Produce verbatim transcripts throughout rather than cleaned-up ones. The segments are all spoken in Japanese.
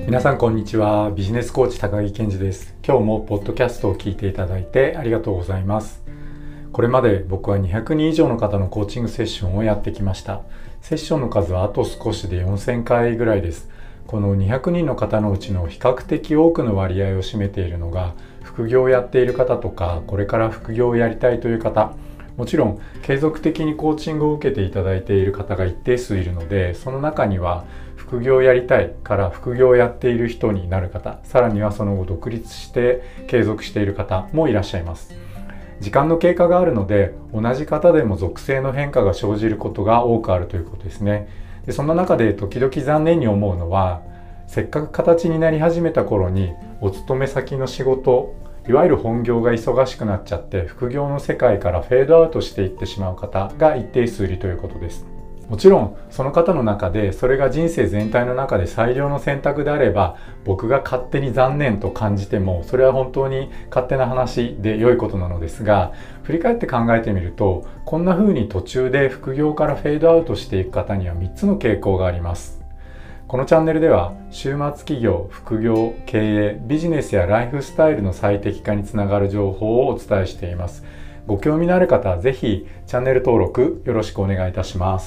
皆さんこんにちは。ビジネスコーチ高木健二です。今日もポッドキャストを聞いていただいてありがとうございます。これまで僕はにひゃくにん以上の方のコーチングセッションをやってきました。セッションの数はあと少しでよんせんかいぐらいです。このにひゃくにんの方のうちの比較的多くの割合を占めているのが副業をやっている方とか、これから副業をやりたいという方、もちろん継続的にコーチングを受けていただいている方が一定数いるので、その中には副業をやりたいから副業をやっている人になる方、さらにはその後独立して継続している方もいらっしゃいます。時間の経過があるので、同じ方でも属性の変化が生じることが多くあるということですね。でそんな中で時々残念に思うのは、せっかく形になり始めた頃にお勤め先の仕事、いわゆる本業が忙しくなっちゃって副業の世界からフェードアウトしていってしまう方が一定数いるということです。もちろんその方の中でそれが人生全体の中で最良の選択であれば、僕が勝手に残念と感じてもそれは本当に勝手な話で良いことなのですが、振り返って考えてみると、こんな風に途中で副業からフェードアウトしていく方にはみっつの傾向があります。このチャンネルでは週末企業、副業、経営、ビジネスやライフスタイルの最適化につながる情報をお伝えしています。ご興味のある方はぜひチャンネル登録よろしくお願いいたします。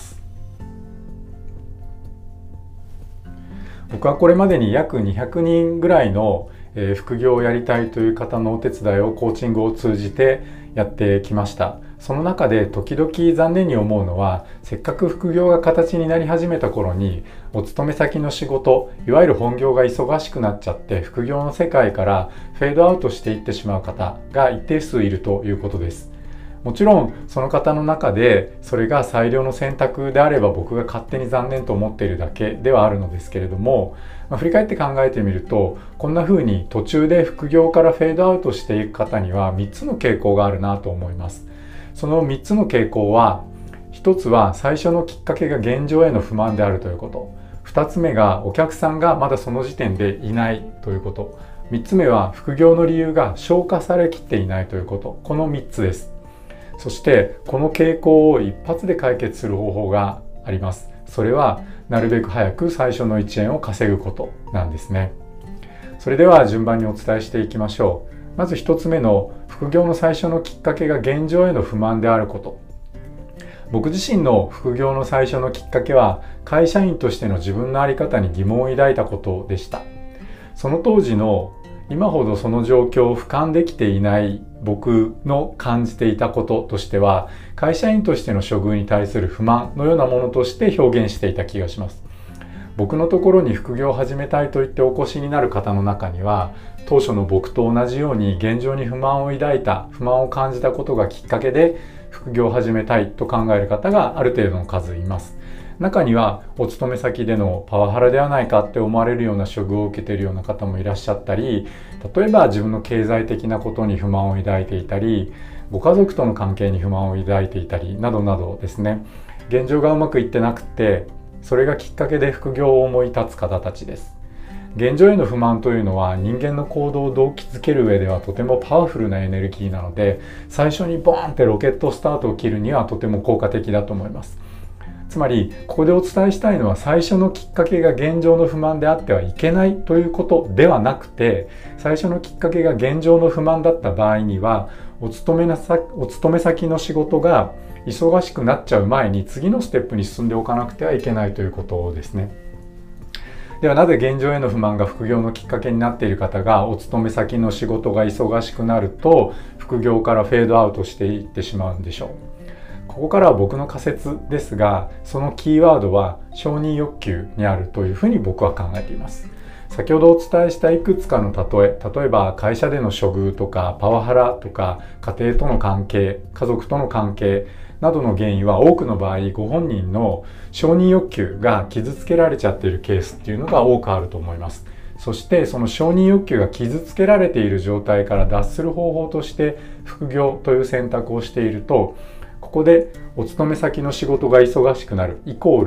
僕はこれまでに約にひゃくにんぐらいの副業をやりたいという方のお手伝いをコーチングを通じてやってきました。その中で時々残念に思うのは、せっかく副業が形になり始めた頃にお勤め先の仕事、いわゆる本業が忙しくなっちゃって副業の世界からフェードアウトしていってしまう方が一定数いるということです。もちろんその方の中でそれが最良の選択であれば、僕が勝手に残念と思っているだけではあるのですけれども、まあ、振り返って考えてみると、こんな風に途中で副業からフェードアウトしていく方にはみっつの傾向があるなと思います。そのみっつの傾向は、ひとつは最初のきっかけが現状への不満であるということ、ふたつめがお客さんがまだその時点でいないということ、みっつめは副業の理由が消化されきっていないということ、このみっつです。そしてこの傾向を一発で解決する方法があります。それはなるべく早く最初のいちえんを稼ぐことなんですね。それでは順番にお伝えしていきましょう。まずひとつめの副業の最初のきっかけが現状への不満であること。僕自身の副業の最初のきっかけは、会社員としての自分の在り方に疑問を抱いたことでした。その当時の今ほどその状況を俯瞰できていない僕の感じていたこととしては、会社員としての処遇に対する不満のようなものとして表現していた気がします。僕のところに副業を始めたいと言ってお越しになる方の中には、当初の僕と同じように現状に不満を抱いた、不満を感じたことがきっかけで副業を始めたいと考える方がある程度の数います。中にはお勤め先でのパワハラではないかって思われるような処遇を受けているような方もいらっしゃったり、例えば自分の経済的なことに不満を抱いていたり、ご家族との関係に不満を抱いていたりなどなどですね、現状がうまくいってなくて、それがきっかけで副業を思い立つ方たちです。現状への不満というのは人間の行動を動機づける上ではとてもパワフルなエネルギーなので、最初にボーンってロケットスタートを切るにはとても効果的だと思います。つまりここでお伝えしたいのは、最初のきっかけが現状の不満であってはいけないということではなくて、最初のきっかけが現状の不満だった場合には、お勤めなさお勤め先の仕事が忙しくなっちゃう前に次のステップに進んでおかなくてはいけないということですね。ではなぜ現状への不満が副業のきっかけになっている方が、お勤め先の仕事が忙しくなると副業からフェードアウトしていってしまうんでしょう。ここからは僕の仮説ですが、そのキーワードは承認欲求にあるというふうに僕は考えています。先ほどお伝えしたいくつかの例え、例えば会社での処遇とかパワハラとか家庭との関係、家族との関係などの原因は、多くの場合ご本人の承認欲求が傷つけられちゃっているケースっていうのが多くあると思います。そしてその承認欲求が傷つけられている状態から脱する方法として副業という選択をしていると、ここでお勤め先の仕事が忙しくなるイコール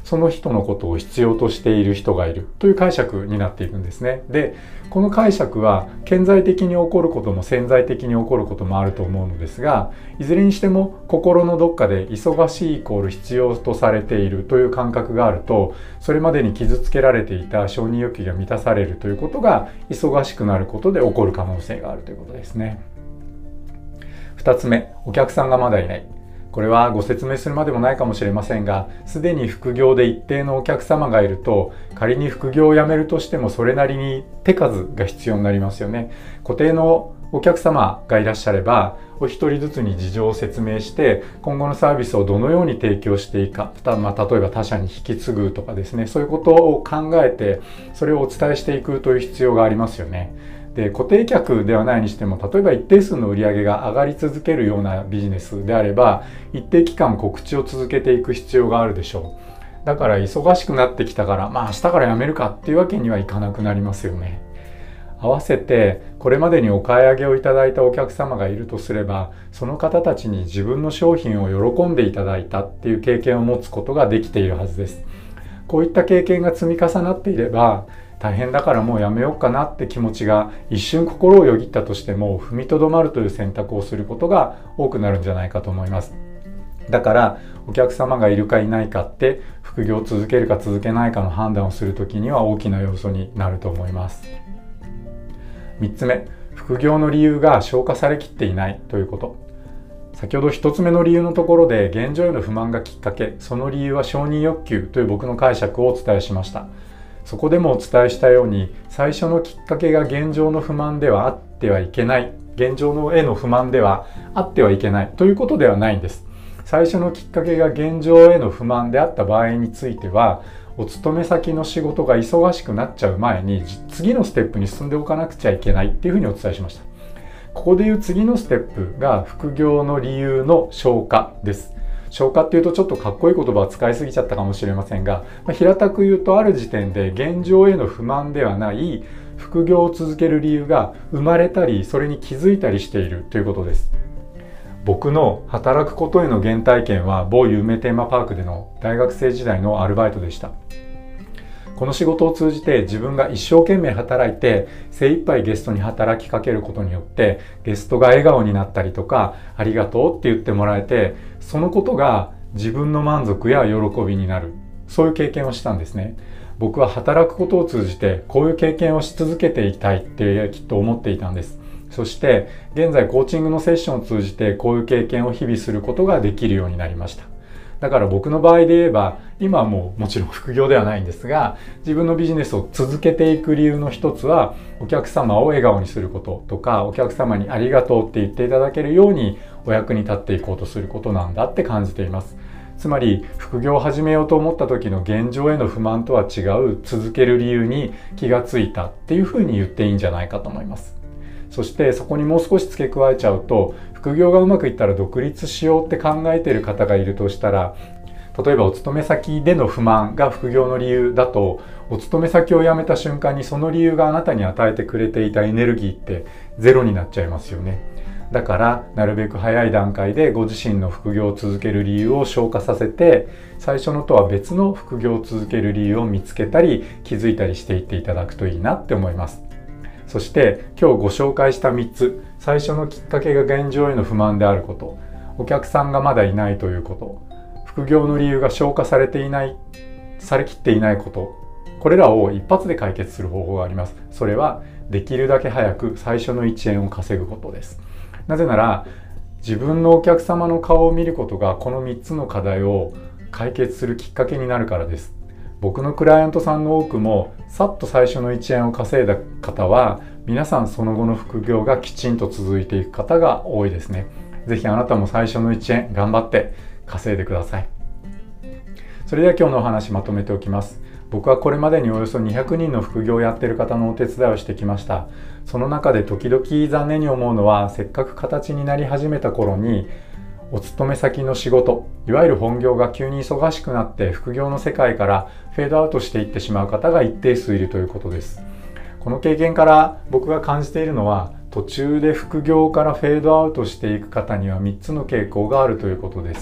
その人のことを必要としている人がいるという解釈になっていくんですね。で、この解釈は顕在的に起こることも潜在的に起こることもあると思うのですが、いずれにしても心のどっかで忙しいイコール必要とされているという感覚があると、それまでに傷つけられていた承認欲求が満たされるということが忙しくなることで起こる可能性があるということですね。ふたつめ、お客さんがまだいない。これはご説明するまでもないかもしれませんが、すでに副業で一定のお客様がいると、仮に副業を辞めるとしてもそれなりに手数が必要になりますよね。固定のお客様がいらっしゃれば、お一人ずつに事情を説明して、今後のサービスをどのように提供していいか、まあ、例えば他社に引き継ぐとかですね、そういうことを考えて、それをお伝えしていくという必要がありますよね。で、固定客ではないにしても、例えば一定数の売り上げが上がり続けるようなビジネスであれば、一定期間告知を続けていく必要があるでしょう。だから忙しくなってきたから、まあ明日から辞めるかっていうわけにはいかなくなりますよね。合わせて、これまでにお買い上げをいただいたお客様がいるとすれば、その方たちに自分の商品を喜んでいただいたっていう経験を持つことができているはずです。こういった経験が積み重なっていれば、大変だからもうやめようかなって気持ちが一瞬心をよぎったとしても踏みとどまるという選択をすることが多くなるんじゃないかと思います。だからお客様がいるかいないかって副業を続けるか続けないかの判断をするときには大きな要素になると思います。みっつめ、副業の理由が消化されきっていないということ。先ほどひとつめの理由のところで現状への不満がきっかけ、その理由は承認欲求という僕の解釈をお伝えしました。そこでもお伝えしたように、最初のきっかけが現状の不満ではあってはいけない、現状のへの不満ではあってはいけないということではないんです。最初のきっかけが現状への不満であった場合については、お勤め先の仕事が忙しくなっちゃう前に次のステップに進んでおかなくちゃいけないっていうふうにお伝えしました。ここでいう次のステップが副業の理由の消化です。消化っていうとちょっとかっこいい言葉を使いすぎちゃったかもしれませんが、まあ、平たく言うとある時点で現状への不満ではない副業を続ける理由が生まれたりそれに気づいたりしているということです。僕の働くことへの原体験は某有名テーマパークでの大学生時代のアルバイトでした。この仕事を通じて自分が一生懸命働いて精一杯ゲストに働きかけることによってゲストが笑顔になったりとかありがとうって言ってもらえて、そのことが自分の満足や喜びになる、そういう経験をしたんですね。僕は働くことを通じてこういう経験をし続けていたいってきっと思っていたんです。そして現在コーチングのセッションを通じてこういう経験を日々することができるようになりました。だから僕の場合で言えば今はもうもちろん副業ではないんですが、自分のビジネスを続けていく理由の一つはお客様を笑顔にすることとか、お客様にありがとうって言っていただけるようにお役に立っていこうとすることなんだって感じています。つまり副業を始めようと思った時の現状への不満とは違う続ける理由に気がついたっていうふうに言っていいんじゃないかと思います。そしてそこにもう少し付け加えちゃうと、副業がうまくいったら独立しようって考えている方がいるとしたら、例えばお勤め先での不満が副業の理由だと、お勤め先を辞めた瞬間にその理由があなたに与えてくれていたエネルギーってゼロになっちゃいますよね。だからなるべく早い段階でご自身の副業を続ける理由を消化させて、最初のとは別の副業を続ける理由を見つけたり気づいたりしていっていただくといいなって思います。そして今日ご紹介したみっつ、最初のきっかけが現状への不満であること、お客さんがまだいないということ、副業の理由が消化されていない、されきっていないこと、これらを一発で解決する方法があります。それはできるだけ早く最初のいちえんを稼ぐことです。なぜなら自分のお客様の顔を見ることがこのみっつの課題を解決するきっかけになるからです。僕のクライアントさんの多くもさっと最初のいちえんを稼いだ方は皆さんその後の副業がきちんと続いていく方が多いですね。ぜひあなたも最初のいちえん頑張って稼いでください。それでは今日のお話まとめておきます。僕はこれまでにおよそにひゃくにんの副業をやっている方のお手伝いをしてきました。その中で時々残念に思うのは、せっかく形になり始めた頃にお勤め先の仕事、いわゆる本業が急に忙しくなって副業の世界からフェードアウトしていってしまう方が一定数いるということです。この経験から僕が感じているのは、途中で副業からフェードアウトしていく方にはみっつの傾向があるということです。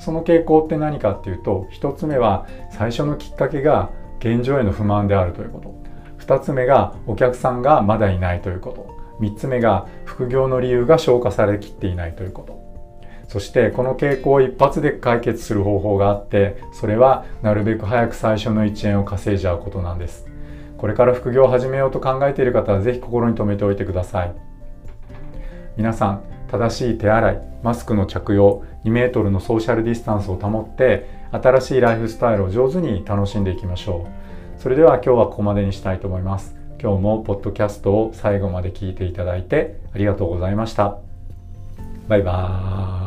その傾向って何かっていうと、ひとつめは最初のきっかけが現状への不満であるということ、ふたつめがお客さんがまだいないということ、みっつめが副業の理由が消化されきっていないということ。そしてこの傾向を一発で解決する方法があって、それはなるべく早く最初のいちえんを稼いじゃうことなんです。これから副業を始めようと考えている方はぜひ心に留めておいてください。皆さん、正しい手洗い、マスクの着用、にメートルのソーシャルディスタンスを保って新しいライフスタイルを上手に楽しんでいきましょう。それでは今日はここまでにしたいと思います。今日もポッドキャストを最後まで聞いていただいてありがとうございました。バイバーイ。